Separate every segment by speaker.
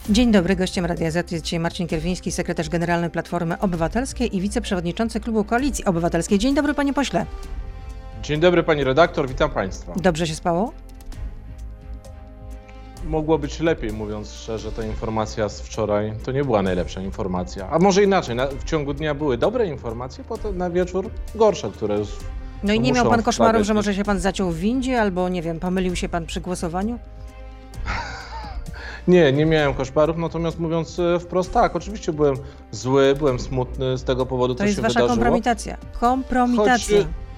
Speaker 1: Dzień dobry, gościem Radia Z jest dzisiaj Marcin Kierwiński, sekretarz generalny Platformy Obywatelskiej i wiceprzewodniczący Klubu Koalicji Obywatelskiej. Dzień dobry, panie pośle.
Speaker 2: Dzień dobry, pani redaktor, witam państwa.
Speaker 1: Dobrze się spało?
Speaker 2: Mogło być lepiej, mówiąc szczerze, ta informacja z wczoraj to nie była najlepsza informacja. A może inaczej, w ciągu dnia były dobre informacje, potem na wieczór gorsze, które już
Speaker 1: No i nie miał pan koszmarów,
Speaker 2: wpadać.
Speaker 1: że może się pan zaciął w windzie, albo nie wiem, pomylił się pan przy głosowaniu?
Speaker 2: Nie miałem koszmarów, natomiast mówiąc wprost, tak, oczywiście byłem zły, byłem smutny z tego powodu,
Speaker 1: To
Speaker 2: co
Speaker 1: jest
Speaker 2: się
Speaker 1: wasza
Speaker 2: wydarzyło.
Speaker 1: kompromitacja. Kompromitacja.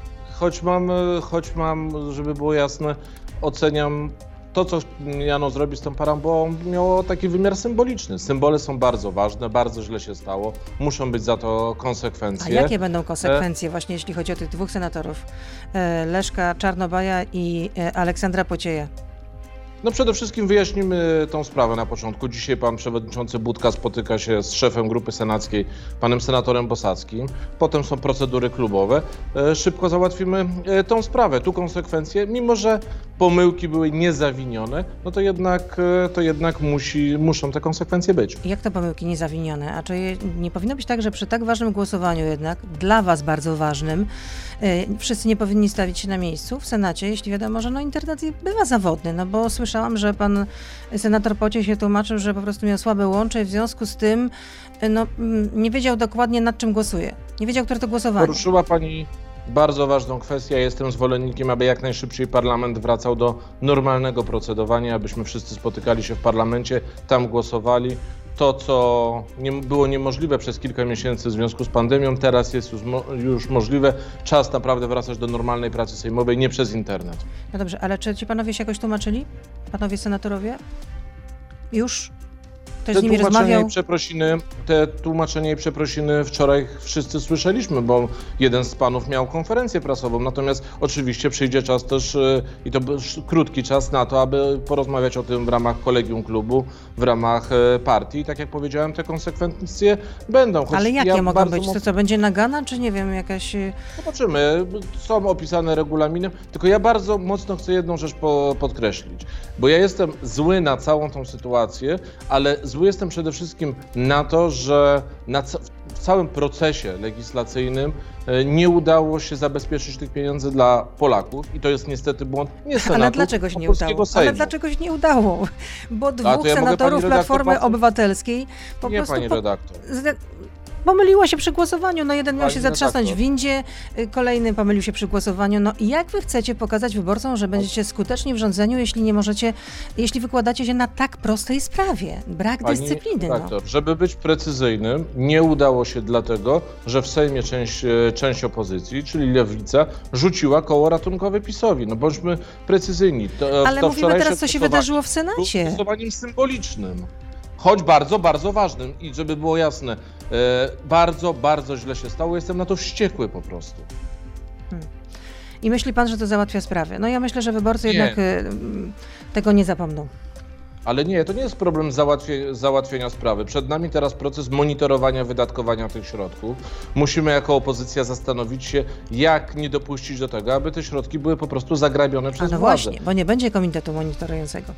Speaker 2: Choć mam, żeby było jasne, oceniam to, co Jano zrobi z tą parą, miało taki wymiar symboliczny. Symbole są bardzo ważne, bardzo źle się stało, muszą być za to
Speaker 1: A
Speaker 2: konsekwencje.
Speaker 1: jakie będą konsekwencje właśnie, jeśli chodzi o tych dwóch senatorów? Leszka Czarnobaja i Aleksandra Pocieja.
Speaker 2: No przede wszystkim wyjaśnimy tą sprawę na początku. Dzisiaj pan przewodniczący Budka spotyka się z szefem grupy senackiej, panem senatorem Bosackim. Potem są procedury klubowe. Szybko załatwimy tą sprawę. Tu konsekwencje, mimo że pomyłki były niezawinione, no to jednak muszą te konsekwencje być.
Speaker 1: Jak to pomyłki niezawinione? A czy nie powinno być tak, że przy tak ważnym głosowaniu jednak, dla was bardzo ważnym, wszyscy nie powinni stawić się na miejscu w Senacie, jeśli wiadomo, że internet bywa zawodny, no bo słyszałam, że pan senator Pociej się tłumaczył, że po prostu miał słabe łącze i w związku z tym nie wiedział dokładnie, nad czym głosuje. Nie wiedział, które to głosowanie.
Speaker 2: Poruszyła pani bardzo ważną kwestię. Ja jestem zwolennikiem, aby jak najszybciej parlament wracał do normalnego procedowania, abyśmy wszyscy spotykali się w parlamencie, tam głosowali. To, co było niemożliwe przez kilka miesięcy w związku z pandemią, teraz jest już możliwe. Czas naprawdę wracać do normalnej pracy sejmowej, nie przez internet.
Speaker 1: No dobrze, ale czy ci panowie się jakoś tłumaczyli? Panowie senatorowie? Już? Ktoś z nimi rozmawiał?
Speaker 2: Te tłumaczenia i przeprosiny wczoraj wszyscy słyszeliśmy, bo jeden z panów miał konferencję prasową. Natomiast oczywiście przyjdzie czas też, i to krótki czas na to, aby porozmawiać o tym w ramach kolegium klubu, w ramach partii. I tak jak powiedziałem, te konsekwencje będą.
Speaker 1: Ale jakie mogą być? To co, będzie nagana, czy nie wiem, jakaś...
Speaker 2: Zobaczymy. Są opisane regulaminem, tylko ja bardzo mocno chcę jedną rzecz podkreślić, bo ja jestem zły na całą tą sytuację, ale zły jestem przede wszystkim na to, że w całym procesie legislacyjnym nie udało się zabezpieczyć tych pieniędzy dla Polaków i to jest niestety błąd nie Senatu,
Speaker 1: ale dlaczego się nie udało?
Speaker 2: Sejmu.
Speaker 1: Ale dlaczego się nie udało? Bo dwóch
Speaker 2: ja
Speaker 1: senatorów Platformy Obywatelskiej po
Speaker 2: nie,
Speaker 1: prostu
Speaker 2: pani redaktor.
Speaker 1: pomyliło się przy głosowaniu. No jeden miał
Speaker 2: Pani
Speaker 1: się zatrzasnąć w
Speaker 2: redaktor.
Speaker 1: windzie, kolejny pomylił się przy głosowaniu. No i jak wy chcecie pokazać wyborcom, że będziecie skuteczni w rządzeniu, jeśli wykładacie się na tak prostej sprawie? Brak dyscypliny.
Speaker 2: Redaktor, żeby być precyzyjnym, nie udało się dlatego, że w Sejmie część opozycji, czyli Lewica, rzuciła koło ratunkowe PiS-owi. No bądźmy precyzyjni.
Speaker 1: Ale mówimy teraz, co się wydarzyło w Senacie.
Speaker 2: Było głosowaniem symbolicznym. Choć bardzo, bardzo ważnym i żeby było jasne, bardzo, bardzo źle się stało. Jestem na to wściekły po prostu.
Speaker 1: I myśli pan, że to załatwia sprawę? No ja myślę, że wyborcy
Speaker 2: Nie.
Speaker 1: jednak tego nie zapomną.
Speaker 2: Ale nie, to nie jest problem załatwienia sprawy. Przed nami teraz proces monitorowania wydatkowania tych środków. Musimy jako opozycja zastanowić się, jak nie dopuścić do tego, aby te środki były po prostu zagrabione przez
Speaker 1: No
Speaker 2: władzę.
Speaker 1: właśnie, bo nie będzie komitetu monitorującego.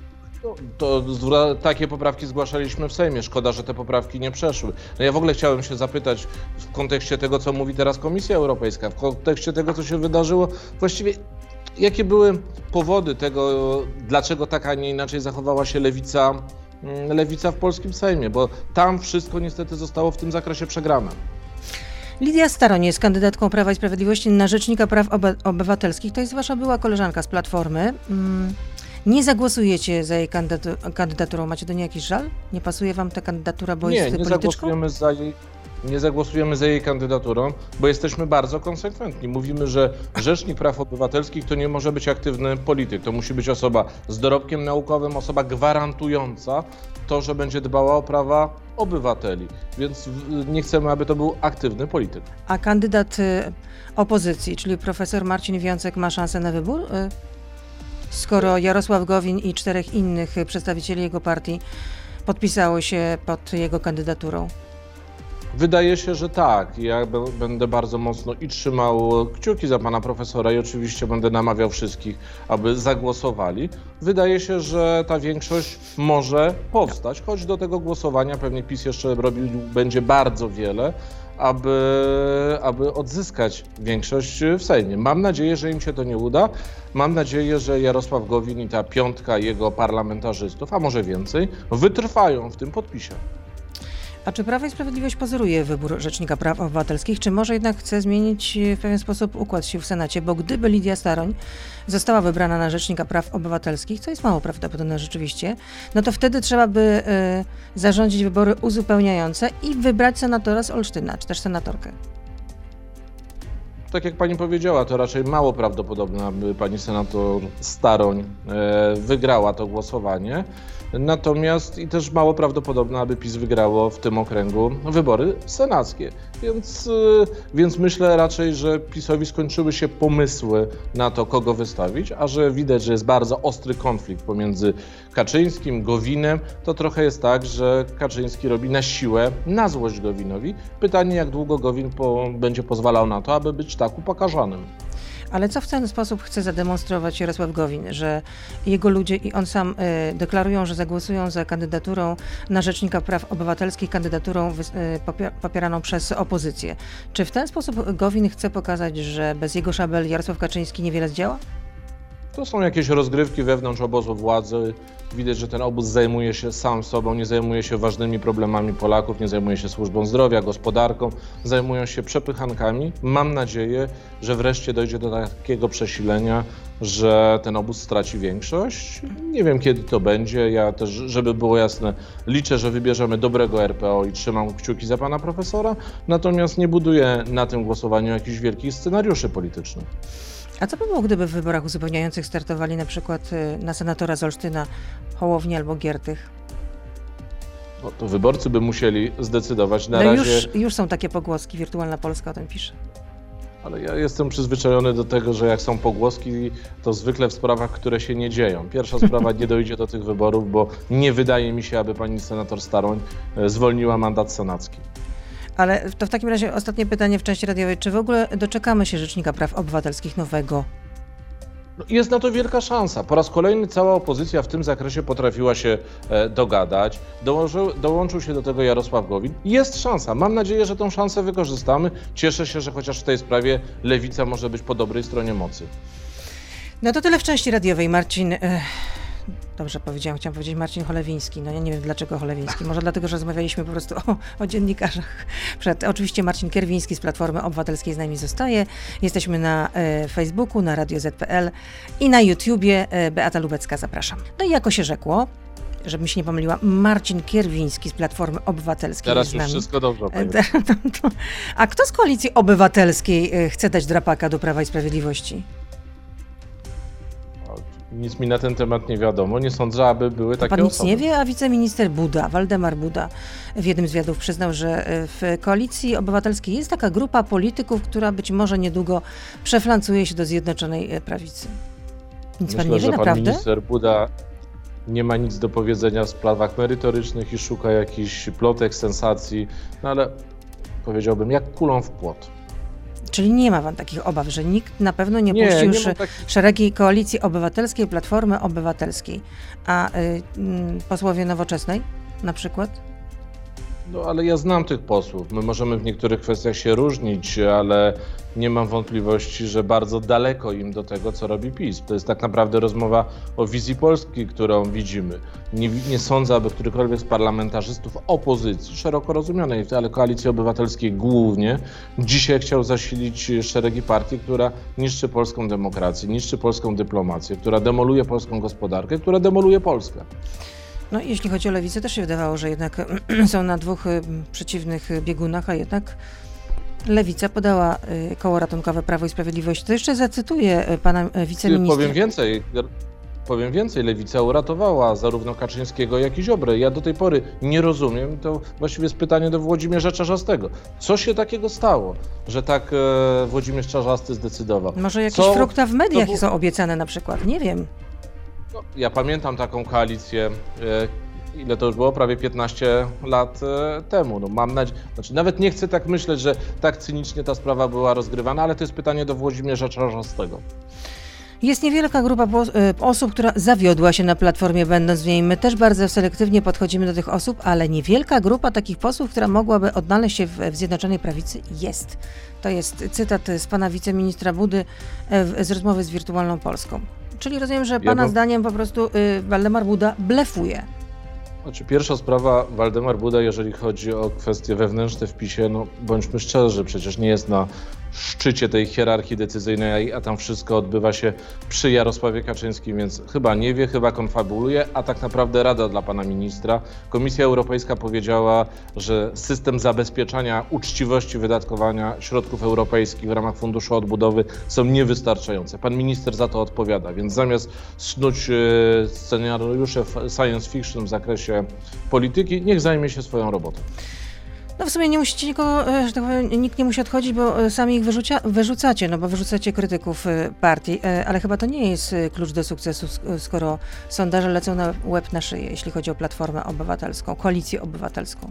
Speaker 2: Takie poprawki zgłaszaliśmy w Sejmie. Szkoda, że te poprawki nie przeszły. No ja w ogóle chciałem się zapytać w kontekście tego, co mówi teraz Komisja Europejska, w kontekście tego, co się wydarzyło, właściwie jakie były powody tego, dlaczego tak, a nie inaczej zachowała się lewica w polskim Sejmie, bo tam wszystko niestety zostało w tym zakresie przegrane.
Speaker 1: Lidia Staroń jest kandydatką Prawa i Sprawiedliwości na Rzecznika Praw Obywatelskich. To jest wasza była koleżanka z Platformy. Nie zagłosujecie za jej kandydaturą. Macie do niej jakiś żal? Nie pasuje wam ta kandydatura, bo jest polityczką?
Speaker 2: Nie zagłosujemy za jej kandydaturą, bo jesteśmy bardzo konsekwentni. Mówimy, że Rzecznik Praw Obywatelskich to nie może być aktywny polityk. To musi być osoba z dorobkiem naukowym, osoba gwarantująca to, że będzie dbała o prawa obywateli. Więc nie chcemy, aby to był aktywny polityk.
Speaker 1: A kandydat opozycji, czyli profesor Marcin Wiącek, ma szansę na wybór? Skoro Jarosław Gowin i 4 innych przedstawicieli jego partii podpisało się pod jego kandydaturą.
Speaker 2: Wydaje się, że tak. Ja będę bardzo mocno i trzymał kciuki za pana profesora i oczywiście będę namawiał wszystkich, aby zagłosowali. Wydaje się, że ta większość może powstać, choć do tego głosowania pewnie PiS jeszcze robił będzie bardzo wiele, aby odzyskać większość w Sejmie. Mam nadzieję, że im się to nie uda. Mam nadzieję, że Jarosław Gowin i ta piątka jego parlamentarzystów, a może więcej, wytrwają w tym podpisie.
Speaker 1: A czy Prawo i Sprawiedliwość pozoruje wybór Rzecznika Praw Obywatelskich, czy może jednak chce zmienić w pewien sposób układ sił w Senacie? Bo gdyby Lidia Staroń została wybrana na Rzecznika Praw Obywatelskich, co jest mało prawdopodobne rzeczywiście, no to wtedy trzeba by zarządzić wybory uzupełniające i wybrać senatora z Olsztyna, czy też senatorkę.
Speaker 2: Tak jak pani powiedziała, to raczej mało prawdopodobne, aby pani senator Staroń wygrała to głosowanie. Natomiast i też mało prawdopodobne, aby PiS wygrało w tym okręgu wybory senackie. Więc myślę raczej, że PiS-owi skończyły się pomysły na to, kogo wystawić, a że widać, że jest bardzo ostry konflikt pomiędzy Kaczyńskim, Gowinem, to trochę jest tak, że Kaczyński robi na siłę, na złość Gowinowi. Pytanie, jak długo Gowin będzie pozwalał na to, aby być tak upokarzanym.
Speaker 1: Ale co w ten sposób chce zademonstrować Jarosław Gowin, że jego ludzie i on sam deklarują, że zagłosują za kandydaturą na Rzecznika Praw Obywatelskich, kandydaturą popieraną przez opozycję. Czy w ten sposób Gowin chce pokazać, że bez jego szabel Jarosław Kaczyński niewiele zdziała?
Speaker 2: To są jakieś rozgrywki wewnątrz obozu władzy. Widać, że ten obóz zajmuje się sam sobą, nie zajmuje się ważnymi problemami Polaków, nie zajmuje się służbą zdrowia, gospodarką, zajmują się przepychankami. Mam nadzieję, że wreszcie dojdzie do takiego przesilenia, że ten obóz straci większość. Nie wiem, kiedy to będzie. Ja też, żeby było jasne, liczę, że wybierzemy dobrego RPO i trzymam kciuki za pana profesora, natomiast nie buduję na tym głosowaniu jakichś wielkich scenariuszy politycznych.
Speaker 1: A co by było, gdyby w wyborach uzupełniających startowali na przykład na senatora z Olsztyna Hołownia albo Giertych?
Speaker 2: No to wyborcy by musieli zdecydować. Na
Speaker 1: No
Speaker 2: razie...
Speaker 1: już są takie pogłoski, Wirtualna Polska o tym pisze.
Speaker 2: Ale ja jestem przyzwyczajony do tego, że jak są pogłoski, to zwykle w sprawach, które się nie dzieją. Pierwsza sprawa, nie dojdzie do tych wyborów, bo nie wydaje mi się, aby pani senator Staroń zwolniła mandat senacki.
Speaker 1: Ale to w takim razie ostatnie pytanie w części radiowej. Czy w ogóle doczekamy się Rzecznika Praw Obywatelskich nowego?
Speaker 2: Jest na to wielka szansa. Po raz kolejny cała opozycja w tym zakresie potrafiła się dogadać. Dołączył się do tego Jarosław Gowin. Jest szansa. Mam nadzieję, że tę szansę wykorzystamy. Cieszę się, że chociaż w tej sprawie Lewica może być po dobrej stronie mocy.
Speaker 1: No to tyle w części radiowej. Marcin... Dobrze powiedziałam, chciałam powiedzieć Marcin Cholewiński. No ja nie wiem dlaczego Cholewiński. Może dlatego, że rozmawialiśmy po prostu o dziennikarzach. Oczywiście Marcin Kierwiński z Platformy Obywatelskiej z nami zostaje. Jesteśmy na Facebooku, na Radio Z.pl i na YouTubie. Beata Lubecka, zapraszam. No i jako się rzekło, żebym się nie pomyliła, Marcin Kierwiński z Platformy Obywatelskiej
Speaker 2: Teraz
Speaker 1: jest z nami.
Speaker 2: już wszystko dobrze.
Speaker 1: A kto z Koalicji Obywatelskiej chce dać drapaka do Prawa i Sprawiedliwości?
Speaker 2: Nic mi na ten temat nie wiadomo. Nie sądzę, aby były takie
Speaker 1: osoby. Pan nic nie wie, a wiceminister Buda, Waldemar Buda, w jednym z wywiadów przyznał, że w Koalicji Obywatelskiej jest taka grupa polityków, która być może niedługo przeflancuje się do Zjednoczonej Prawicy. Nic pan nie wie, naprawdę?
Speaker 2: Pan minister Buda nie ma nic do powiedzenia w sprawach merytorycznych i szuka jakichś plotek, sensacji, no ale powiedziałbym, jak kulą w płot.
Speaker 1: Czyli nie ma pan takich obaw, że nikt na pewno nie puści już szeregi Koalicji Obywatelskiej, Platformy Obywatelskiej, a posłowie Nowoczesnej na przykład?
Speaker 2: No ale ja znam tych posłów. My możemy w niektórych kwestiach się różnić, ale nie mam wątpliwości, że bardzo daleko im do tego, co robi PiS. To jest tak naprawdę rozmowa o wizji Polski, którą widzimy. Nie sądzę, aby którykolwiek z parlamentarzystów opozycji, szeroko rozumianej, ale Koalicji Obywatelskiej głównie, dzisiaj chciał zasilić szeregi partii, która niszczy polską demokrację, niszczy polską dyplomację, która demoluje polską gospodarkę, która demoluje Polskę.
Speaker 1: No jeśli chodzi o Lewicę, też się wydawało, że jednak są na dwóch przeciwnych biegunach, a jednak Lewica podała koło ratunkowe Prawo i Sprawiedliwość. To jeszcze zacytuję pana wiceministra.
Speaker 2: Powiem więcej, Lewica uratowała zarówno Kaczyńskiego, jak i Ziobrę. Ja do tej pory nie rozumiem, to właściwie jest pytanie do Włodzimierza Czarzastego. Co się takiego stało, że tak Włodzimierz Czarzasty zdecydował?
Speaker 1: Może jakieś frukta w mediach są obiecane na przykład, nie wiem.
Speaker 2: No, ja pamiętam taką koalicję Ile to już było? Prawie 15 lat temu. No mam nadzieję, znaczy nawet nie chcę tak myśleć, że tak cynicznie ta sprawa była rozgrywana, ale to jest pytanie do Włodzimierza Czarzastego.
Speaker 1: Jest niewielka grupa osób, która zawiodła się na Platformie, będąc w niej. My też bardzo selektywnie podchodzimy do tych osób, ale niewielka grupa takich posłów, która mogłaby odnaleźć się w Zjednoczonej Prawicy, jest. To jest cytat z pana wiceministra Budy z rozmowy z Wirtualną Polską. Czyli rozumiem, że pana zdaniem po prostu Waldemar Buda blefuje.
Speaker 2: Znaczy, pierwsza sprawa, Waldemar Buda, jeżeli chodzi o kwestie wewnętrzne w PiS-ie, no bądźmy szczerzy, przecież nie jest na szczycie tej hierarchii decyzyjnej, a tam wszystko odbywa się przy Jarosławie Kaczyńskim, więc chyba nie wie, chyba konfabuluje, a tak naprawdę rada dla pana ministra. Komisja Europejska powiedziała, że system zabezpieczania uczciwości wydatkowania środków europejskich w ramach Funduszu Odbudowy są niewystarczające. Pan minister za to odpowiada, więc zamiast snuć scenariusze science fiction w zakresie polityki, niech zajmie się swoją robotą.
Speaker 1: No w sumie nie musicie nikogo, że tak powiem, nikt nie musi odchodzić, bo sami ich wyrzucacie, no bo wyrzucacie krytyków partii, ale chyba to nie jest klucz do sukcesu, skoro sondaże lecą na łeb na szyję, jeśli chodzi o Platformę Obywatelską, Koalicję Obywatelską.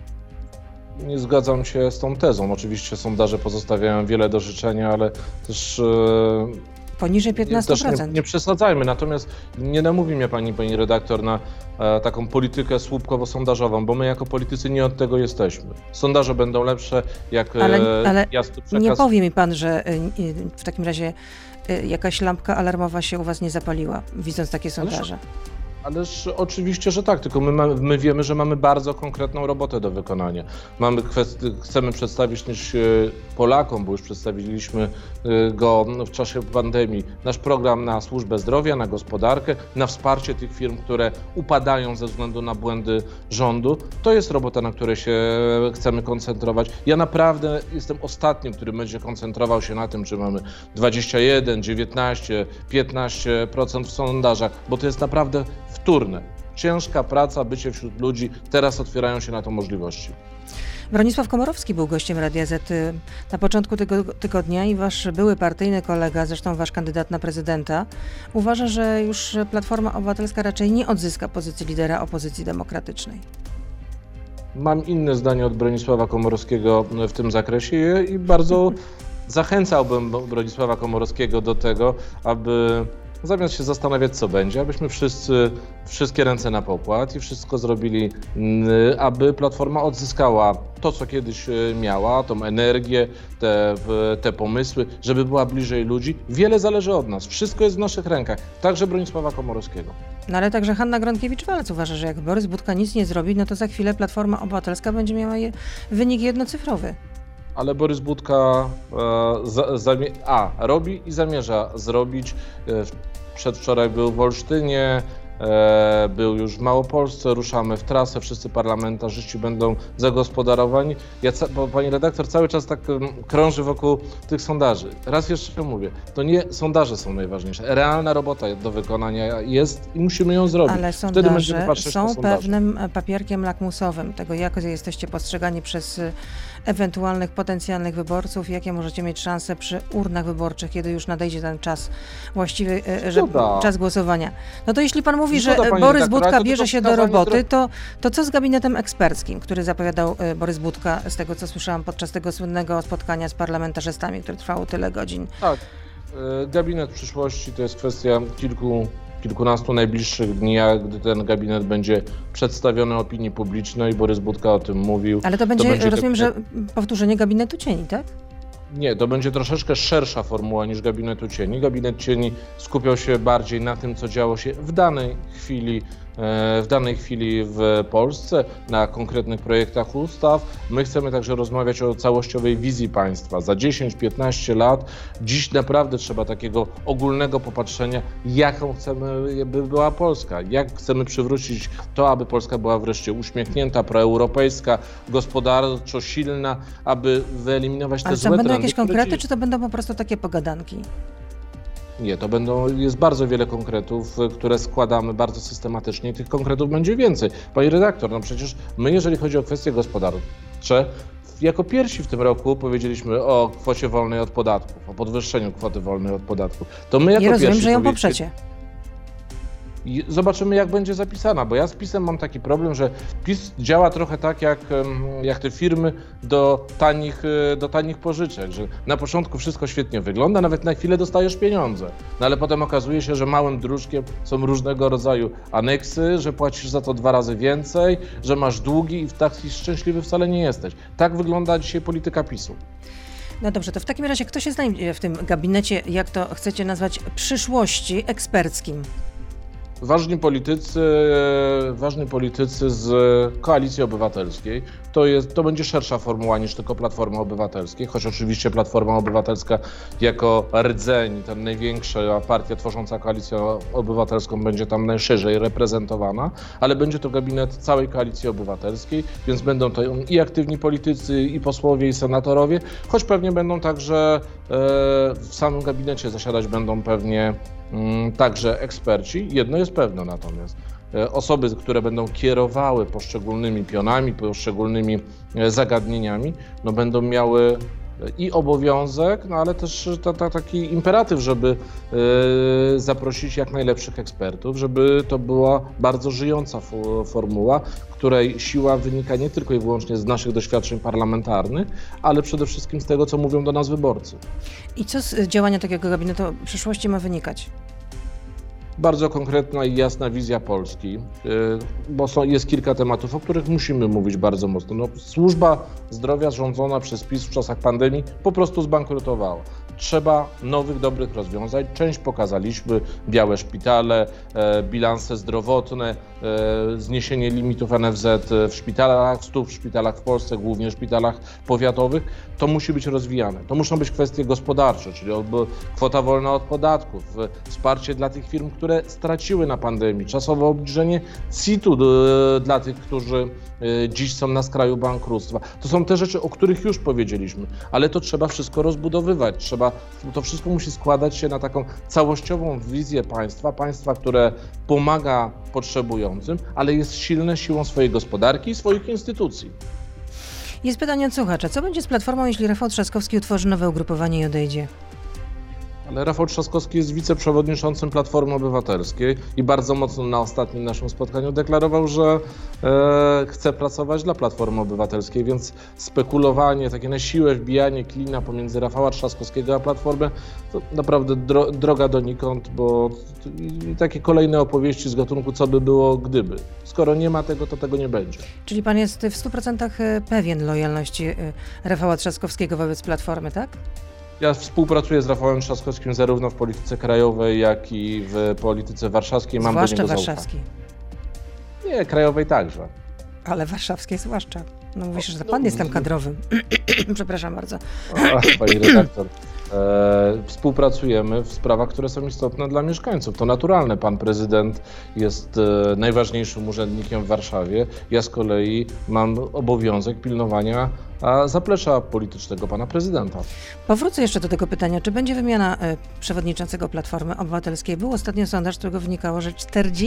Speaker 2: Nie zgadzam się z tą tezą. Oczywiście sondaże pozostawiają wiele do życzenia, ale też
Speaker 1: poniżej 15%.
Speaker 2: Też nie przesadzajmy, natomiast nie namówi mnie pani redaktor na taką politykę słupkowo-sondażową, bo my jako politycy nie od tego jesteśmy. Sondaże będą lepsze, jak
Speaker 1: ale
Speaker 2: jasny przekaz.
Speaker 1: Nie powie mi pan, że w takim razie jakaś lampka alarmowa się u was nie zapaliła, widząc takie sondaże.
Speaker 2: Ależ oczywiście, że tak, tylko my wiemy, że mamy bardzo konkretną robotę do wykonania. Chcemy przedstawić Polakom, bo już przedstawiliśmy go w czasie pandemii, nasz program na służbę zdrowia, na gospodarkę, na wsparcie tych firm, które upadają ze względu na błędy rządu. To jest robota, na której się chcemy koncentrować. Ja naprawdę jestem ostatnim, który będzie koncentrował się na tym, czy mamy 21, 19, 15% w sondażach, bo to jest naprawdę wtórne. Ciężka praca, bycie wśród ludzi, teraz otwierają się na to możliwości.
Speaker 1: Bronisław Komorowski był gościem Radia Z na początku tego tygodnia i wasz były partyjny kolega, zresztą wasz kandydat na prezydenta, uważa, że już Platforma Obywatelska raczej nie odzyska pozycji lidera opozycji demokratycznej.
Speaker 2: Mam inne zdanie od Bronisława Komorowskiego w tym zakresie i bardzo zachęcałbym Bronisława Komorowskiego do tego, aby zamiast się zastanawiać, co będzie, abyśmy wszystkie ręce na pokład i wszystko zrobili, aby Platforma odzyskała to, co kiedyś miała, tą energię, te pomysły, żeby była bliżej ludzi. Wiele zależy od nas. Wszystko jest w naszych rękach, także Bronisława Komorowskiego.
Speaker 1: No ale także Hanna Gronkiewicz-Waltz uważa, że jak Borys Budka nic nie zrobi, no to za chwilę Platforma Obywatelska będzie miała wynik jednocyfrowy.
Speaker 2: Ale Borys Budka robi i zamierza zrobić. Przedwczoraj był w Olsztynie, był już w Małopolsce, ruszamy w trasę, wszyscy parlamentarzyści będą zagospodarowani. Pani redaktor cały czas tak krąży wokół tych sondaży. Raz jeszcze mówię, to nie sondaże są najważniejsze. Realna robota do wykonania jest i musimy ją zrobić.
Speaker 1: Ale sondaże są pewnym papierkiem lakmusowym tego, jak jesteście postrzegani przez ewentualnych potencjalnych wyborców, jakie możecie mieć szanse przy urnach wyborczych, kiedy już nadejdzie ten czas właściwy, czas głosowania. No to jeśli pan mówi, że Borys Budka bierze się do roboty, to co z gabinetem eksperckim, który zapowiadał Borys Budka, z tego co słyszałam podczas tego słynnego spotkania z parlamentarzystami, które trwało tyle godzin?
Speaker 2: Tak, gabinet przyszłości to jest kwestia kilkunastu najbliższych dni, gdy ten gabinet będzie przedstawiony opinii publicznej. Borys Budka o tym mówił.
Speaker 1: Ale to będzie rozumiem, że powtórzenie gabinetu cieni, tak?
Speaker 2: Nie, to będzie troszeczkę szersza formuła niż gabinetu cieni. Gabinet cieni skupiał się bardziej na tym, co działo się w danej chwili w Polsce, na konkretnych projektach ustaw. My chcemy także rozmawiać o całościowej wizji państwa za 10-15 lat. Dziś naprawdę trzeba takiego ogólnego popatrzenia, jaką chcemy, by była Polska, jak chcemy przywrócić to, aby Polska była wreszcie uśmiechnięta, proeuropejska, gospodarczo silna, aby wyeliminować te złe trendy.
Speaker 1: Ale to będą jakieś konkrety, czy to będą po prostu takie pogadanki?
Speaker 2: Nie, jest bardzo wiele konkretów, które składamy bardzo systematycznie i tych konkretów będzie więcej. Pani redaktor, no przecież my, jeżeli chodzi o kwestie gospodarcze, jako pierwsi w tym roku powiedzieliśmy o kwocie wolnej od podatków, o podwyższeniu kwoty wolnej od podatków. To my jako
Speaker 1: Nie rozumiem,
Speaker 2: pierwsi
Speaker 1: że ją poprzecie.
Speaker 2: i zobaczymy, jak będzie zapisana, bo ja z PiS-em mam taki problem, że PiS działa trochę tak jak te firmy do tanich pożyczek, że na początku wszystko świetnie wygląda, nawet na chwilę dostajesz pieniądze, no ale potem okazuje się, że małym dróżkiem są różnego rodzaju aneksy, że płacisz za to 2 razy więcej, że masz długi i taki szczęśliwy wcale nie jesteś. Tak wygląda dzisiaj polityka PiS-u.
Speaker 1: No dobrze, to w takim razie kto się znajdzie w tym gabinecie, jak to chcecie nazwać, przyszłości eksperckim?
Speaker 2: Ważni politycy z Koalicji Obywatelskiej. To będzie szersza formuła niż tylko Platforma Obywatelskiej, choć oczywiście Platforma Obywatelska jako rdzeń, ta największa partia tworząca Koalicję Obywatelską będzie tam najszerzej reprezentowana, ale będzie to gabinet całej Koalicji Obywatelskiej, więc będą to i aktywni politycy, i posłowie, i senatorowie, choć pewnie będą także w samym gabinecie zasiadać będą pewnie także eksperci. Jedno jest pewne natomiast. Osoby, które będą kierowały poszczególnymi pionami, poszczególnymi zagadnieniami, no będą miały i obowiązek, no ale też taki imperatyw, żeby zaprosić jak najlepszych ekspertów, żeby to była bardzo żyjąca formuła, której siła wynika nie tylko i wyłącznie z naszych doświadczeń parlamentarnych, ale przede wszystkim z tego, co mówią do nas wyborcy.
Speaker 1: I co z działania takiego gabinetu w przyszłości ma wynikać?
Speaker 2: Bardzo konkretna i jasna wizja Polski, bo jest kilka tematów, o których musimy mówić bardzo mocno. No, służba zdrowia rządzona przez PiS w czasach pandemii po prostu zbankrutowała. Trzeba nowych, dobrych rozwiązań. Część pokazaliśmy, białe szpitale, bilanse zdrowotne, zniesienie limitów NFZ w szpitalach, 100 w szpitalach w Polsce, głównie w szpitalach powiatowych. To musi być rozwijane. To muszą być kwestie gospodarcze, czyli kwota wolna od podatków, wsparcie dla tych firm, które straciły na pandemii, czasowe obniżenie CIT-u dla tych, którzy dziś są na skraju bankructwa. To są te rzeczy, o których już powiedzieliśmy, ale to trzeba wszystko rozbudowywać. To wszystko musi składać się na taką całościową wizję państwa, które pomaga potrzebującym, ale jest silne siłą swojej gospodarki i swoich instytucji.
Speaker 1: Jest pytanie od słuchacza. Co będzie z Platformą, jeśli Rafał Trzaskowski utworzy nowe ugrupowanie i odejdzie?
Speaker 2: Ale Rafał Trzaskowski jest wiceprzewodniczącym Platformy Obywatelskiej i bardzo mocno na ostatnim naszym spotkaniu deklarował, że chce pracować dla Platformy Obywatelskiej, więc spekulowanie, takie na siłę wbijanie klina pomiędzy Rafała Trzaskowskiego a Platformę to naprawdę droga donikąd, bo takie kolejne opowieści z gatunku co by było gdyby. Skoro nie ma tego, to tego nie będzie.
Speaker 1: Czyli pan jest w 100% pewien lojalności Rafała Trzaskowskiego wobec Platformy, tak?
Speaker 2: Ja współpracuję z Rafałem Trzaskowskim zarówno w polityce krajowej, jak i w polityce warszawskiej. Mam
Speaker 1: zwłaszcza
Speaker 2: do niego
Speaker 1: warszawskiej.
Speaker 2: Nie, krajowej także.
Speaker 1: Ale warszawskiej zwłaszcza. No mówisz, że pan jest tam kadrowym. Przepraszam bardzo.
Speaker 2: Pani redaktor. Współpracujemy w sprawach, które są istotne dla mieszkańców. To naturalne. Pan prezydent jest najważniejszym urzędnikiem w Warszawie. Ja z kolei mam obowiązek pilnowania zaplecza politycznego pana prezydenta.
Speaker 1: Powrócę jeszcze do tego pytania. Czy będzie wymiana przewodniczącego Platformy Obywatelskiej? Był ostatnio sondaż, z którego wynikało, że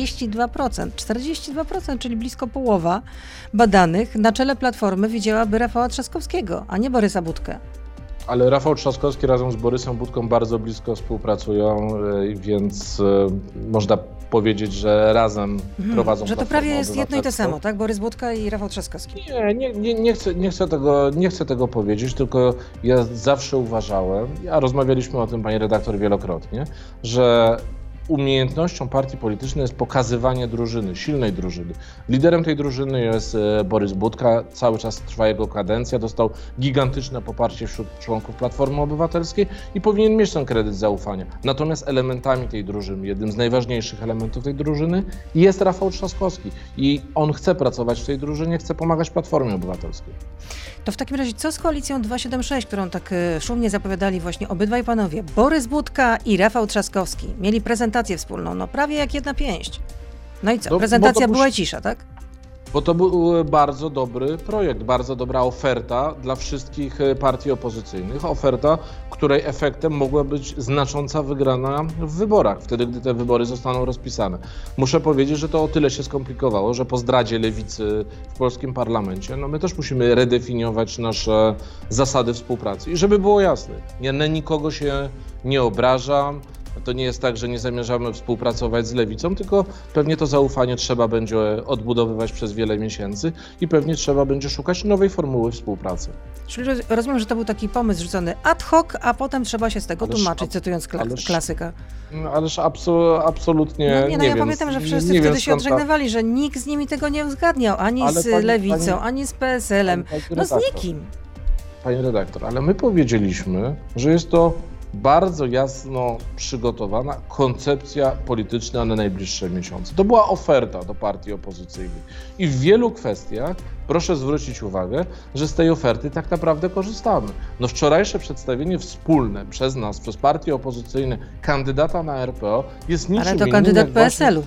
Speaker 1: 42%, czyli blisko połowa badanych na czele Platformy widziałaby Rafała Trzaskowskiego, a nie Borysa Budkę.
Speaker 2: Ale Rafał Trzaskowski razem z Borysem Budką bardzo blisko współpracują, więc można powiedzieć, że razem prowadzą
Speaker 1: że to prawie jest jedno i to samo, tak? Borys Budka i Rafał Trzaskowski.
Speaker 2: Nie chcę tego powiedzieć, tylko ja zawsze uważałem, rozmawialiśmy o tym, pani redaktor, wielokrotnie, że umiejętnością partii politycznej jest pokazywanie drużyny, silnej drużyny. Liderem tej drużyny jest Borys Budka, cały czas trwa jego kadencja, dostał gigantyczne poparcie wśród członków Platformy Obywatelskiej i powinien mieć ten kredyt zaufania. Natomiast elementami tej drużyny, jednym z najważniejszych elementów tej drużyny jest Rafał Trzaskowski i on chce pracować w tej drużynie, chce pomagać Platformie Obywatelskiej.
Speaker 1: To w takim razie co z koalicją 276, którą tak szumnie zapowiadali właśnie obydwaj panowie, Borys Budka i Rafał Trzaskowski? Mieli prezentację wspólną, no prawie jak jedna pięść. No i co? Prezentacja była cisza, tak?
Speaker 2: Bo to był bardzo dobry projekt, bardzo dobra oferta dla wszystkich partii opozycyjnych. Oferta, której efektem mogła być znacząca wygrana w wyborach, wtedy gdy te wybory zostaną rozpisane. Muszę powiedzieć, że to o tyle się skomplikowało, że po zdradzie lewicy w polskim parlamencie, no my też musimy redefiniować nasze zasady współpracy. I żeby było jasne, ja na nikogo się nie obrażam, to nie jest tak, że nie zamierzamy współpracować z Lewicą, tylko pewnie to zaufanie trzeba będzie odbudowywać przez wiele miesięcy i pewnie trzeba będzie szukać nowej formuły współpracy.
Speaker 1: Czyli rozumiem, że to był taki pomysł rzucony ad hoc, a potem trzeba się z tego tłumaczyć, cytując klasyka.
Speaker 2: Ależ absolutnie
Speaker 1: no ja pamiętam, że wszyscy wtedy się odżegnywali, że nikt z nimi tego nie uzgadniał, ani z Lewicą, ani z PSL-em, no z nikim.
Speaker 2: Pani redaktor, ale my powiedzieliśmy, że jest to bardzo jasno przygotowana koncepcja polityczna na najbliższe miesiące. To była oferta do partii opozycyjnych i w wielu kwestiach proszę zwrócić uwagę, że z tej oferty tak naprawdę korzystamy. No wczorajsze przedstawienie wspólne przez nas, przez partie opozycyjne kandydata na RPO jest niczym innym.
Speaker 1: Ale to kandydat PSL-u.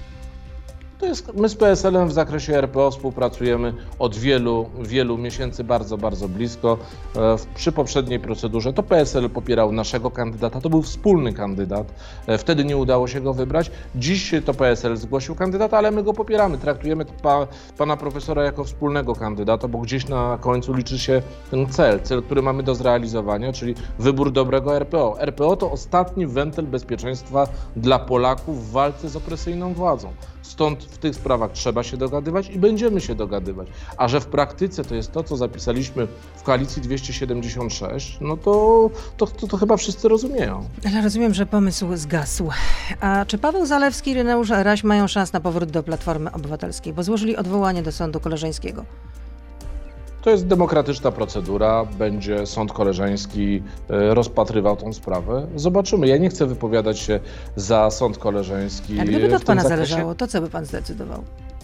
Speaker 2: My z PSL-em w zakresie RPO współpracujemy od wielu miesięcy bardzo blisko. Przy poprzedniej procedurze to PSL popierał naszego kandydata, to był wspólny kandydat. Wtedy nie udało się go wybrać. Dziś to PSL zgłosił kandydata, ale my go popieramy. Traktujemy pana profesora jako wspólnego kandydata, bo gdzieś na końcu liczy się ten cel, który mamy do zrealizowania, czyli wybór dobrego RPO. RPO to ostatni wentyl bezpieczeństwa dla Polaków w walce z opresyjną władzą. Stąd w tych sprawach trzeba się dogadywać i będziemy się dogadywać. A że w praktyce to jest to, co zapisaliśmy w koalicji 276, no to chyba wszyscy rozumieją.
Speaker 1: Ale rozumiem, że pomysł zgasł. A czy Paweł Zalewski i Ireneusz Raś mają szans na powrót do Platformy Obywatelskiej, bo złożyli odwołanie do sądu koleżeńskiego?
Speaker 2: To jest demokratyczna procedura, będzie sąd koleżeński rozpatrywał tą sprawę. Zobaczymy. Ja nie chcę wypowiadać się za sąd koleżeński.
Speaker 1: A gdyby to od pana zależało, to co by pan zdecydował?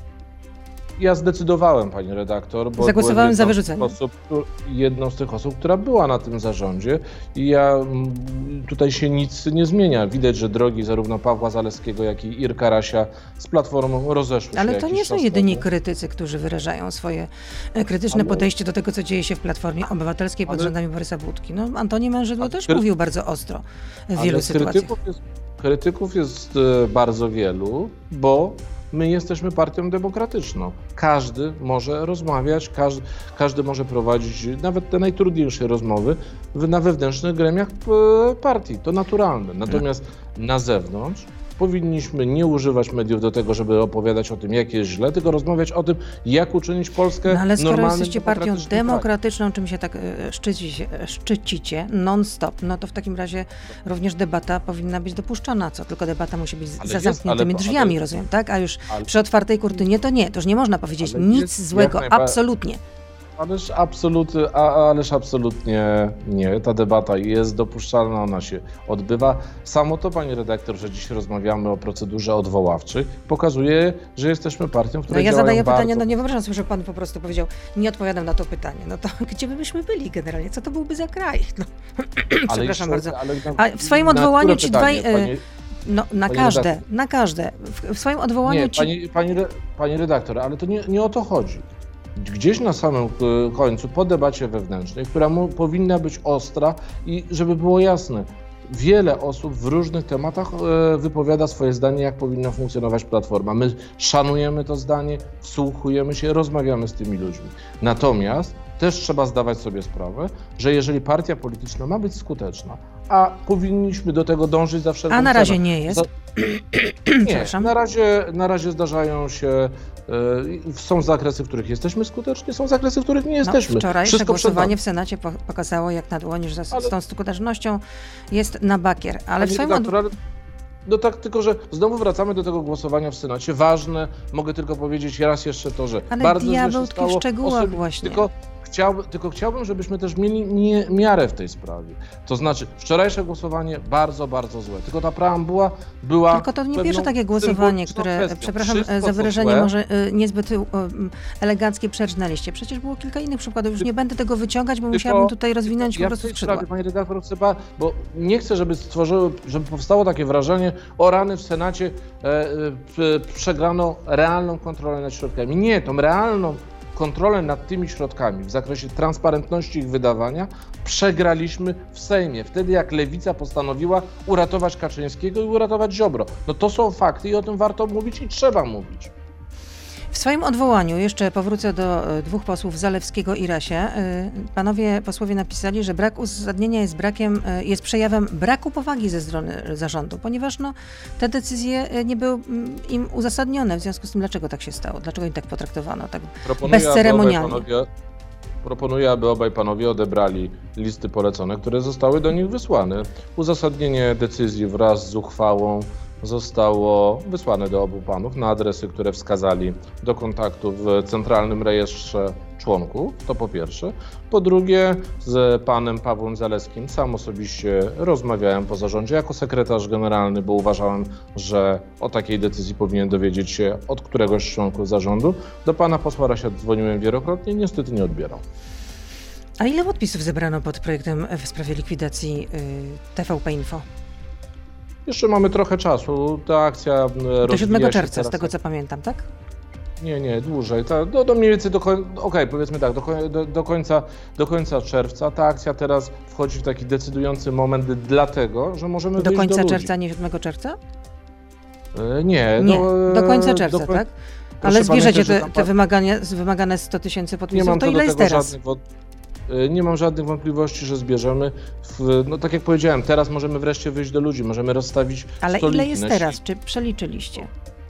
Speaker 2: Ja zdecydowałem, pani redaktor, bo
Speaker 1: zagłosowałem za wyrzuceniem.
Speaker 2: Jedną z tych osób, która była na tym zarządzie i tutaj się nic nie zmienia. Widać, że drogi zarówno Pawła Zalewskiego, jak i Irka Rasia z Platformą rozeszły się.
Speaker 1: Ale to nie są jedyni krytycy, którzy wyrażają swoje krytyczne podejście do tego, co dzieje się w Platformie Obywatelskiej pod rządami Borysa Budki. No, Antoni Mężydło też mówił bardzo ostro w wielu sytuacjach.
Speaker 2: Krytyków jest bardzo wielu, bo my jesteśmy partią demokratyczną. Każdy może rozmawiać, każdy może prowadzić nawet te najtrudniejsze rozmowy na wewnętrznych gremiach partii. To naturalne. Natomiast na zewnątrz powinniśmy nie używać mediów do tego, żeby opowiadać o tym, jak jest źle, tylko rozmawiać o tym, jak uczynić Polskę normalnym,
Speaker 1: ale skoro jesteście partią demokratyczną, czym się tak szczycicie non-stop, no to w takim razie również debata powinna być dopuszczana. Co? Tylko debata musi być za zamkniętymi drzwiami, rozumiem, tak? A już przy otwartej kurtynie to nie. To już nie można powiedzieć nic złego, absolutnie.
Speaker 2: Ależ absolutnie nie. Ta debata jest dopuszczalna, ona się odbywa. Samo to, pani redaktor, że dziś rozmawiamy o procedurze odwoławczej, pokazuje, że jesteśmy partią, która
Speaker 1: ja zadaję pytanie, nie wyobrażam sobie, że pan po prostu powiedział, nie odpowiadam na to pytanie. No to gdzie by byśmy byli generalnie? Co to byłby za kraj? No. Przepraszam bardzo. A w swoim odwołaniu ci dwaj... No, na każde. W swoim odwołaniu
Speaker 2: nie, pani redaktor, ale to nie o to chodzi. Gdzieś na samym końcu, po debacie wewnętrznej, która powinna być ostra i żeby było jasne, wiele osób w różnych tematach wypowiada swoje zdanie, jak powinna funkcjonować Platforma. My szanujemy to zdanie, wsłuchujemy się, rozmawiamy z tymi ludźmi. Natomiast też trzeba zdawać sobie sprawę, że jeżeli partia polityczna ma być skuteczna, a powinniśmy do tego dążyć za wszelką cenę.
Speaker 1: A na razie nie jest.
Speaker 2: Nie, na razie zdarzają się, są zakresy, w których jesteśmy skuteczni, są zakresy, w których nie jesteśmy.
Speaker 1: Wczorajsze głosowanie w Senacie pokazało, jak na dłoni, że z tą skutecznością jest na bakier. Ale w swoim
Speaker 2: No tak, tylko że znowu wracamy do tego głosowania w Senacie. Ważne, mogę tylko powiedzieć raz jeszcze to, że
Speaker 1: ale
Speaker 2: bardzo
Speaker 1: diabeł tkwi w szczegółach właśnie.
Speaker 2: Tylko chciałbym, żebyśmy też mieli miarę w tej sprawie. To znaczy, wczorajsze głosowanie bardzo złe. Tylko ta preambuła była...
Speaker 1: Tylko to nie pierwsze takie głosowanie, które, przepraszam za wyrażenie, może niezbyt eleganckie przerżnęliście. Przecież było kilka innych przykładów. Już nie będę tego wyciągać, bo musiałabym tutaj rozwinąć po prostu skrzydła.
Speaker 2: Pani redaktor, bo nie chcę, żeby powstało takie wrażenie, o rany w Senacie przegrano realną kontrolę nad środkami. Nie, tą realną kontrolę nad tymi środkami w zakresie transparentności ich wydawania przegraliśmy w Sejmie. Wtedy jak Lewica postanowiła uratować Kaczyńskiego i uratować Ziobro. No to są fakty i o tym warto mówić i trzeba mówić.
Speaker 1: W swoim odwołaniu, jeszcze powrócę do dwóch posłów, Zalewskiego i Rasia, panowie posłowie napisali, że brak uzasadnienia jest przejawem braku powagi ze strony zarządu, ponieważ te decyzje nie były im uzasadnione. W związku z tym, dlaczego tak się stało? Dlaczego im tak potraktowano, tak bezceremonialnie?
Speaker 2: Proponuję, aby obaj panowie odebrali listy polecone, które zostały do nich wysłane. Uzasadnienie decyzji wraz z uchwałą zostało wysłane do obu panów na adresy, które wskazali do kontaktu w Centralnym Rejestrze Członków, to po pierwsze. Po drugie, z panem Pawłem Zalewskim sam osobiście rozmawiałem po zarządzie jako sekretarz generalny, bo uważałem, że o takiej decyzji powinien dowiedzieć się od któregoś z członków zarządu. Do pana posła Rasia dzwoniłem wielokrotnie, niestety nie odbierał.
Speaker 1: A ile podpisów zebrano pod projektem w sprawie likwidacji TVP Info?
Speaker 2: Jeszcze mamy trochę czasu. Ta akcja
Speaker 1: do 7 czerwca,
Speaker 2: teraz,
Speaker 1: z tego co pamiętam, tak?
Speaker 2: Nie, dłużej. Do mniej więcej powiedzmy tak, do końca czerwca. Ta akcja teraz wchodzi w taki decydujący moment, dlatego, że możemy
Speaker 1: do
Speaker 2: wyjść
Speaker 1: końca
Speaker 2: do ludzi.
Speaker 1: czerwca, nie 7 czerwca?
Speaker 2: Nie.
Speaker 1: Do końca czerwca, tak? Ale zbierzecie te wymagane 100 000 podpisów, to ile jest teraz?
Speaker 2: Nie mam żadnych wątpliwości, że zbierzemy. Tak jak powiedziałem, teraz możemy wreszcie wyjść do ludzi, możemy rozstawić
Speaker 1: Ale
Speaker 2: stoliki.
Speaker 1: Ile jest teraz? Czy przeliczyliście?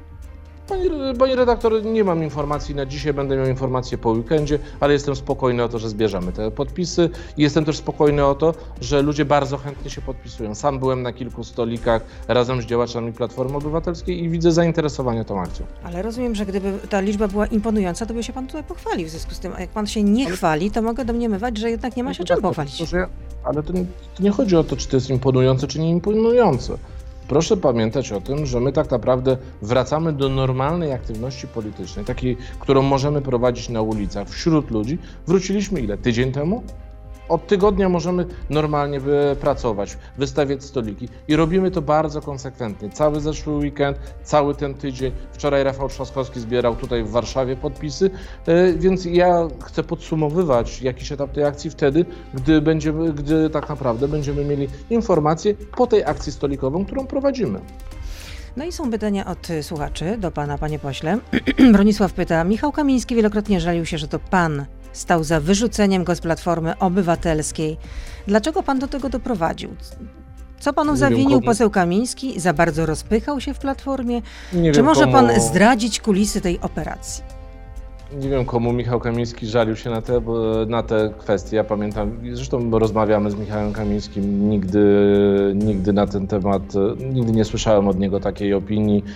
Speaker 2: Pani redaktor, nie mam informacji na dzisiaj, będę miał informacje po weekendzie, ale jestem spokojny o to, że zbierzemy te podpisy i jestem też spokojny o to, że ludzie bardzo chętnie się podpisują. Sam byłem na kilku stolikach razem z działaczami Platformy Obywatelskiej i widzę zainteresowanie tą akcją.
Speaker 1: Ale rozumiem, że gdyby ta liczba była imponująca, to by się pan tutaj pochwalił w związku z tym, a jak pan się nie chwali, to mogę domniemywać, że jednak nie ma się czym pochwalić.
Speaker 2: Ale to nie chodzi o to, czy to jest imponujące, czy nie imponujące. Proszę pamiętać o tym, że my tak naprawdę wracamy do normalnej aktywności politycznej, takiej, którą możemy prowadzić na ulicach, wśród ludzi. Wróciliśmy ile? Tydzień temu? Od tygodnia możemy normalnie pracować, wystawiać stoliki i robimy to bardzo konsekwentnie. Cały zeszły weekend, cały ten tydzień. Wczoraj Rafał Trzaskowski zbierał tutaj w Warszawie podpisy, więc ja chcę podsumowywać jakiś etap tej akcji wtedy, gdy tak naprawdę będziemy mieli informacje po tej akcji stolikową, którą prowadzimy.
Speaker 1: No i są pytania od słuchaczy do pana, panie pośle. Bronisław pyta, Michał Kamiński wielokrotnie żalił się, że to pan stał za wyrzuceniem go z Platformy Obywatelskiej. Dlaczego pan do tego doprowadził? Co panu zawinił poseł Kamiński? Za bardzo rozpychał się w Platformie? Czy może pan zdradzić kulisy tej operacji?
Speaker 2: Nie wiem, komu Michał Kamiński żalił się na te kwestie. Ja pamiętam, zresztą rozmawiamy z Michałem Kamińskim, nigdy na ten temat, nigdy nie słyszałem od niego takiej opinii.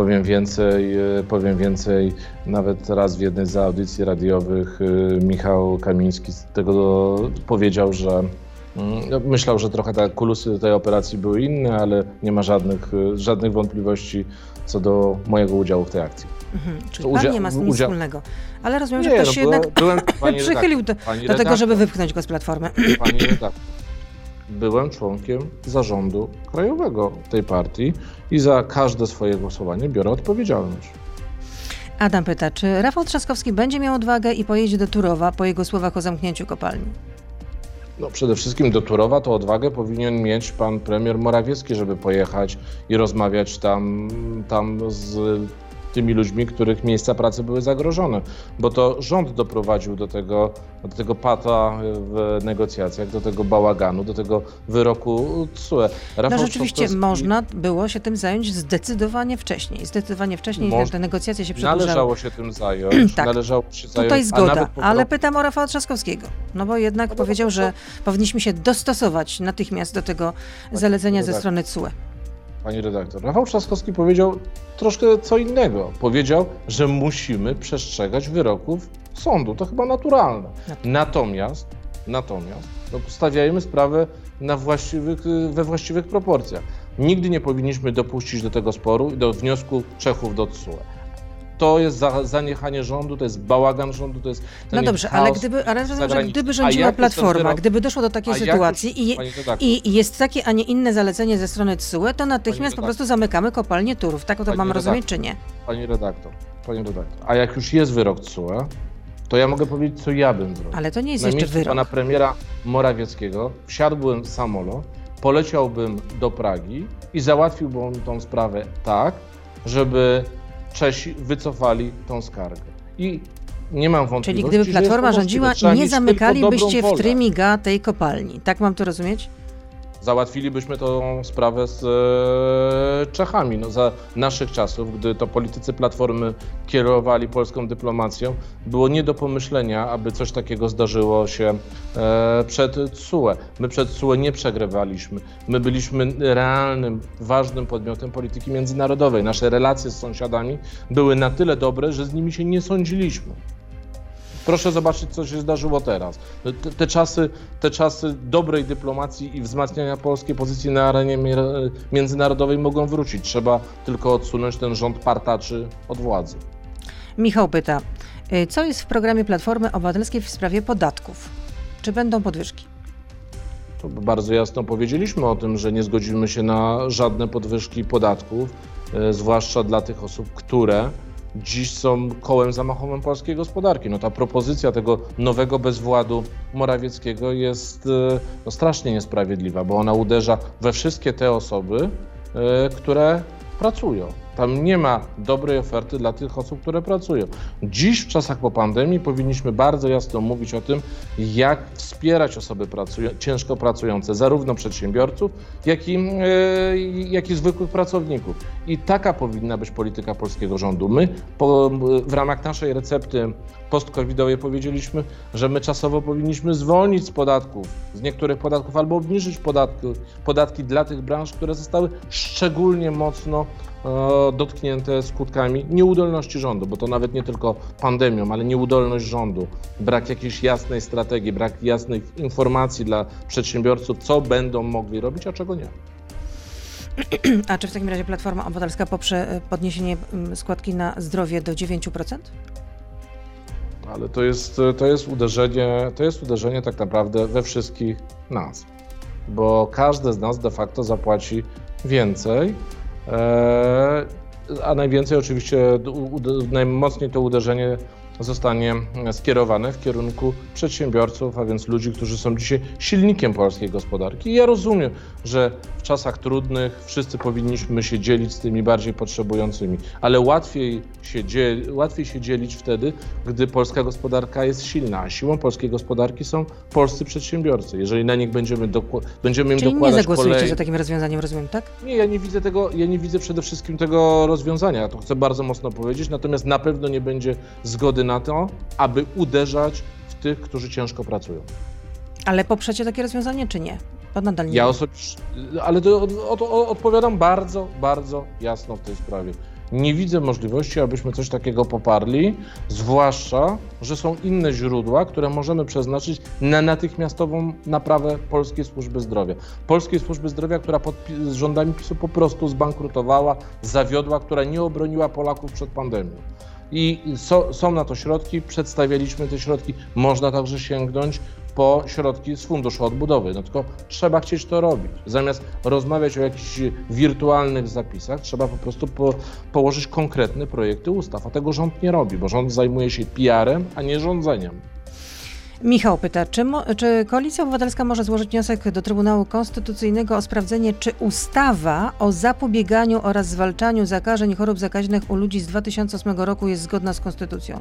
Speaker 2: Powiem więcej, nawet raz w jednej z audycji radiowych Michał Kamiński z tego powiedział, że myślał, że trochę te kulisy tej operacji były inne, ale nie ma żadnych wątpliwości co do mojego udziału w tej akcji.
Speaker 1: Czyli pan nie ma z tym nic wspólnego. Ale rozumiem, że ktoś się jednak przychylił do tego, żeby wypchnąć go z Platformy.
Speaker 2: Pani redaktor, byłem członkiem zarządu krajowego tej partii i za każde swoje głosowanie biorę odpowiedzialność.
Speaker 1: Adam pyta, czy Rafał Trzaskowski będzie miał odwagę i pojedzie do Turowa po jego słowach o zamknięciu kopalni?
Speaker 2: No, przede wszystkim do Turowa to odwagę powinien mieć pan premier Morawiecki, żeby pojechać i rozmawiać tam z tymi ludźmi, których miejsca pracy były zagrożone, bo to rząd doprowadził do tego pata w negocjacjach, do tego bałaganu, do tego wyroku TSUE.
Speaker 1: No rzeczywiście można było się tym zająć zdecydowanie wcześniej. Te negocjacje się przedłużały.
Speaker 2: Należało się tym zająć.
Speaker 1: Tak, tutaj zgoda, ale pytam o Rafała Trzaskowskiego, no bo jednak powiedział, że powinniśmy się dostosować natychmiast do tego zalecenia ze strony TSUE.
Speaker 2: Pani redaktor, Rafał Trzaskowski powiedział troszkę co innego. Powiedział, że musimy przestrzegać wyroków sądu. To chyba naturalne. Natomiast stawiajmy sprawę we właściwych proporcjach. Nigdy nie powinniśmy dopuścić do tego sporu i do wniosku Czechów do TSUE. To jest zaniechanie rządu, to jest bałagan rządu, to jest
Speaker 1: No dobrze, ale gdyby rządziła Platforma, gdyby doszło do takiej sytuacji i jest takie, a nie inne zalecenie ze strony TSUE, to natychmiast po prostu zamykamy kopalnię Turów. Tak to mam rozumieć, czy nie?
Speaker 2: Pani redaktor, a jak już jest wyrok TSUE, to ja mogę powiedzieć, co ja bym zrobił.
Speaker 1: Ale to nie jest jeszcze wyrok.
Speaker 2: Pana premiera Morawieckiego wsiadłbym w samolot, poleciałbym do Pragi i załatwiłbym tą sprawę tak, żeby Czesi wycofali tą skargę. I nie mam wątpliwości,
Speaker 1: czyli gdyby Platforma rządziła, nie zamykalibyście w Trymiga tej kopalni. Tak mam to rozumieć?
Speaker 2: Załatwilibyśmy tą sprawę z Czechami. No, za naszych czasów, gdy to politycy Platformy kierowali polską dyplomacją, było nie do pomyślenia, aby coś takiego zdarzyło się przed TSUE. My przed TSUE nie przegrywaliśmy. My byliśmy realnym, ważnym podmiotem polityki międzynarodowej. Nasze relacje z sąsiadami były na tyle dobre, że z nimi się nie sądziliśmy. Proszę zobaczyć, co się zdarzyło teraz. Te czasy dobrej dyplomacji i wzmacniania polskiej pozycji na arenie międzynarodowej mogą wrócić. Trzeba tylko odsunąć ten rząd partaczy od władzy.
Speaker 1: Michał pyta, co jest w programie Platformy Obywatelskiej w sprawie podatków? Czy będą podwyżki?
Speaker 2: To bardzo jasno powiedzieliśmy o tym, że nie zgodzimy się na żadne podwyżki podatków, zwłaszcza dla tych osób, które dziś są kołem zamachowym polskiej gospodarki. No, ta propozycja tego nowego bezwładu Morawieckiego jest strasznie niesprawiedliwa, bo ona uderza we wszystkie te osoby, które pracują. Tam nie ma dobrej oferty dla tych osób, które pracują. Dziś w czasach po pandemii powinniśmy bardzo jasno mówić o tym, jak wspierać osoby ciężko pracujące, zarówno przedsiębiorców, jak i zwykłych pracowników. I taka powinna być polityka polskiego rządu. My w ramach naszej recepty post-covidowej powiedzieliśmy, że my czasowo powinniśmy zwolnić z niektórych podatków albo obniżyć podatki dla tych branż, które zostały szczególnie mocno dotknięte skutkami nieudolności rządu, bo to nawet nie tylko pandemią, ale nieudolność rządu, brak jakiejś jasnej strategii, brak jasnych informacji dla przedsiębiorców, co będą mogli robić, a czego nie.
Speaker 1: A czy w takim razie Platforma Obywatelska poprze podniesienie składki na zdrowie do 9%?
Speaker 2: Ale to jest uderzenie tak naprawdę we wszystkich nas, bo każdy z nas de facto zapłaci więcej, a najwięcej oczywiście, najmocniej to uderzenie zostanie skierowane w kierunku przedsiębiorców, a więc ludzi, którzy są dzisiaj silnikiem polskiej gospodarki. I ja rozumiem, że w czasach trudnych wszyscy powinniśmy się dzielić z tymi bardziej potrzebującymi, ale łatwiej się dzielić wtedy, gdy polska gospodarka jest silna, a siłą polskiej gospodarki są polscy przedsiębiorcy. Jeżeli na nich będziemy im dokładać
Speaker 1: nie zagłosujecie za takim rozwiązaniem, rozumiem, tak?
Speaker 2: Nie, ja nie widzę przede wszystkim tego rozwiązania, to chcę bardzo mocno powiedzieć, natomiast na pewno nie będzie zgody na to, aby uderzać w tych, którzy ciężko pracują.
Speaker 1: Ale poprzecie takie rozwiązanie, czy nie? Bo nadal nie.
Speaker 2: Ja osobiście, ale odpowiadam bardzo, bardzo jasno w tej sprawie. Nie widzę możliwości, abyśmy coś takiego poparli, zwłaszcza, że są inne źródła, które możemy przeznaczyć na natychmiastową naprawę polskiej służby zdrowia. Polskiej służby zdrowia, która z rządami PiS-u po prostu zbankrutowała, zawiodła, która nie obroniła Polaków przed pandemią. I są na to środki, przedstawialiśmy te środki, można także sięgnąć po środki z Funduszu Odbudowy. No tylko trzeba chcieć to robić. Zamiast rozmawiać o jakichś wirtualnych zapisach, trzeba po prostu położyć konkretne projekty ustaw, a tego rząd nie robi, bo rząd zajmuje się PR-em, a nie rządzeniem.
Speaker 1: Michał pyta, czy Koalicja Obywatelska może złożyć wniosek do Trybunału Konstytucyjnego o sprawdzenie, czy ustawa o zapobieganiu oraz zwalczaniu zakażeń i chorób zakaźnych u ludzi z 2008 roku jest zgodna z Konstytucją?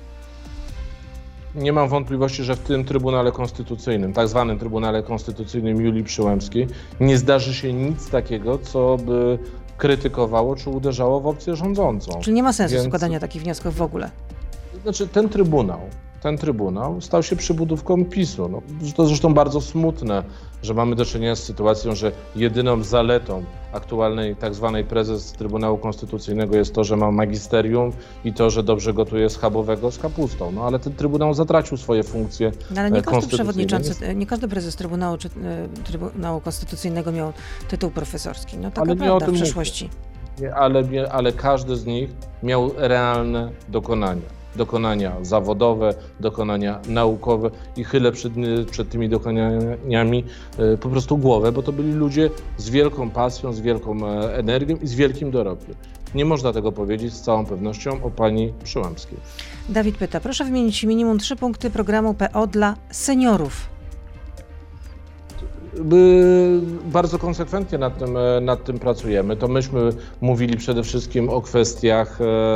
Speaker 2: Nie mam wątpliwości, że w tym Trybunale Konstytucyjnym, tak zwanym Trybunale Konstytucyjnym Julii Przyłębskiej, nie zdarzy się nic takiego, co by krytykowało czy uderzało w opcję rządzącą.
Speaker 1: Czyli nie ma sensu składania takich wniosków w ogóle?
Speaker 2: Znaczy ten Trybunał stał się przybudówką PiS-u. No, to zresztą bardzo smutne, że mamy do czynienia z sytuacją, że jedyną zaletą aktualnej tak zwanej prezes Trybunału Konstytucyjnego jest to, że ma magisterium i to, że dobrze gotuje schabowego z kapustą. No ale ten Trybunał zatracił swoje funkcje
Speaker 1: no, ale nie każdy przewodniczący, nie każdy prezes Trybunału czy Trybunału Konstytucyjnego miał tytuł profesorski. No taka prawda w przeszłości.
Speaker 2: Ale każdy z nich miał realne dokonania zawodowe, dokonania naukowe i chylę przed tymi dokonaniami po prostu głowę, bo to byli ludzie z wielką pasją, z wielką energią i z wielkim dorobkiem. Nie można tego powiedzieć z całą pewnością o pani Przyłębskiej.
Speaker 1: Dawid pyta, proszę wymienić minimum 3 punkty programu PO dla seniorów.
Speaker 2: Bardzo konsekwentnie nad tym pracujemy. To myśmy mówili przede wszystkim o kwestiach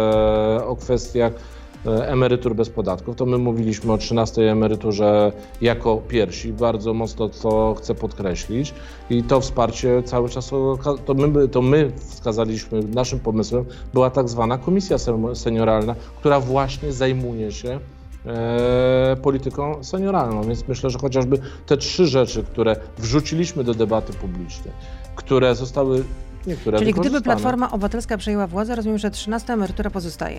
Speaker 2: emerytur bez podatków. To my mówiliśmy o 13 emeryturze jako pierwsi. Bardzo mocno to chcę podkreślić. I to wsparcie cały czas, to my wskazaliśmy, naszym pomysłem była tak zwana komisja senioralna, która właśnie zajmuje się polityką senioralną. Więc myślę, że chociażby te 3 rzeczy, które wrzuciliśmy do debaty publicznej, które zostały niektóre
Speaker 1: Czyli
Speaker 2: wykorzystane.
Speaker 1: gdyby Platforma Obywatelska przejęła władzę, rozumiem, że 13 emerytura pozostaje.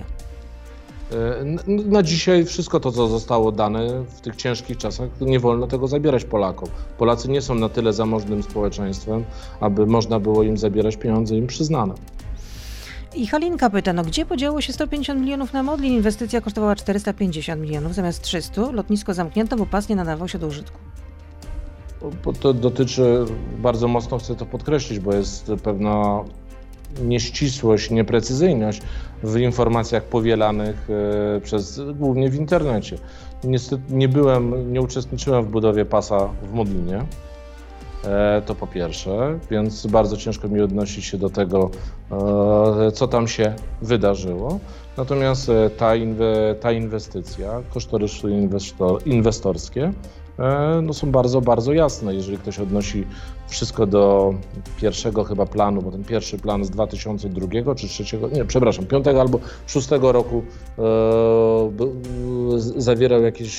Speaker 2: Na dzisiaj wszystko to, co zostało dane w tych ciężkich czasach, nie wolno tego zabierać Polakom. Polacy nie są na tyle zamożnym społeczeństwem, aby można było im zabierać pieniądze im przyznane.
Speaker 1: I Halinka pyta, gdzie podziało się 150 milionów na Modlin? Inwestycja kosztowała 450 milionów zamiast 300. Lotnisko zamknięto, bo pas nie nadawał się do użytku.
Speaker 2: Bo to dotyczy, bardzo mocno chcę to podkreślić, bo jest pewna nieścisłość, nieprecyzyjność w informacjach powielanych głównie w internecie. Niestety nie uczestniczyłem w budowie pasa w Modlinie, to po pierwsze, więc bardzo ciężko mi odnosić się do tego, co tam się wydarzyło. Natomiast ta inwestycja, kosztorysy inwestorskie są bardzo, bardzo jasne. Jeżeli ktoś odnosi wszystko do pierwszego chyba planu, bo ten pierwszy plan z 2002 czy 2003, nie, przepraszam, 5 albo 6 roku zawierał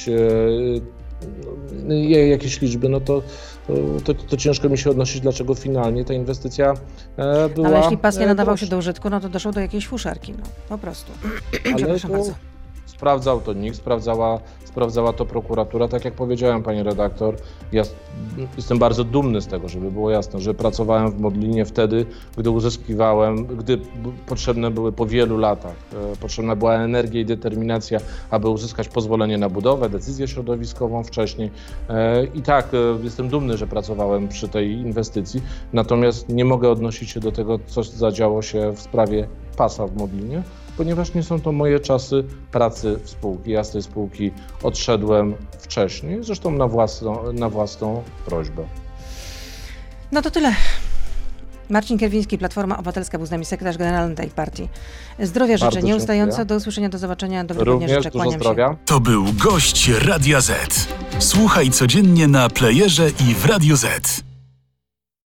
Speaker 2: jakieś liczby, to ciężko mi się odnosić, dlaczego finalnie ta inwestycja była...
Speaker 1: Ale jeśli pas nie nadawał się do użytku, to doszło do jakiejś fuszerki, po prostu. Przepraszam bardzo.
Speaker 2: Sprawdzał to NIK, sprawdzała to prokuratura. Tak jak powiedziałem, pani redaktor, ja jestem bardzo dumny z tego, żeby było jasne, że pracowałem w Modlinie wtedy, gdy potrzebne były po wielu latach, potrzebna była energia i determinacja, aby uzyskać pozwolenie na budowę, decyzję środowiskową wcześniej. I tak, jestem dumny, że pracowałem przy tej inwestycji, natomiast nie mogę odnosić się do tego, co zadziało się w sprawie pasa w Modlinie, ponieważ nie są to moje czasy pracy w spółki. Ja z tej spółki odszedłem wcześniej, zresztą na własną prośbę.
Speaker 1: No to tyle. Marcin Kierwiński, Platforma Obywatelska, był z nami sekretarz generalny tej partii. Zdrowia życzę nieustająco. Do usłyszenia, do zobaczenia, do wygodnia życzę.
Speaker 2: Dużo zdrowia.
Speaker 1: Się.
Speaker 3: To był gość Radia Z. Słuchaj codziennie na playerze i w Radio Z.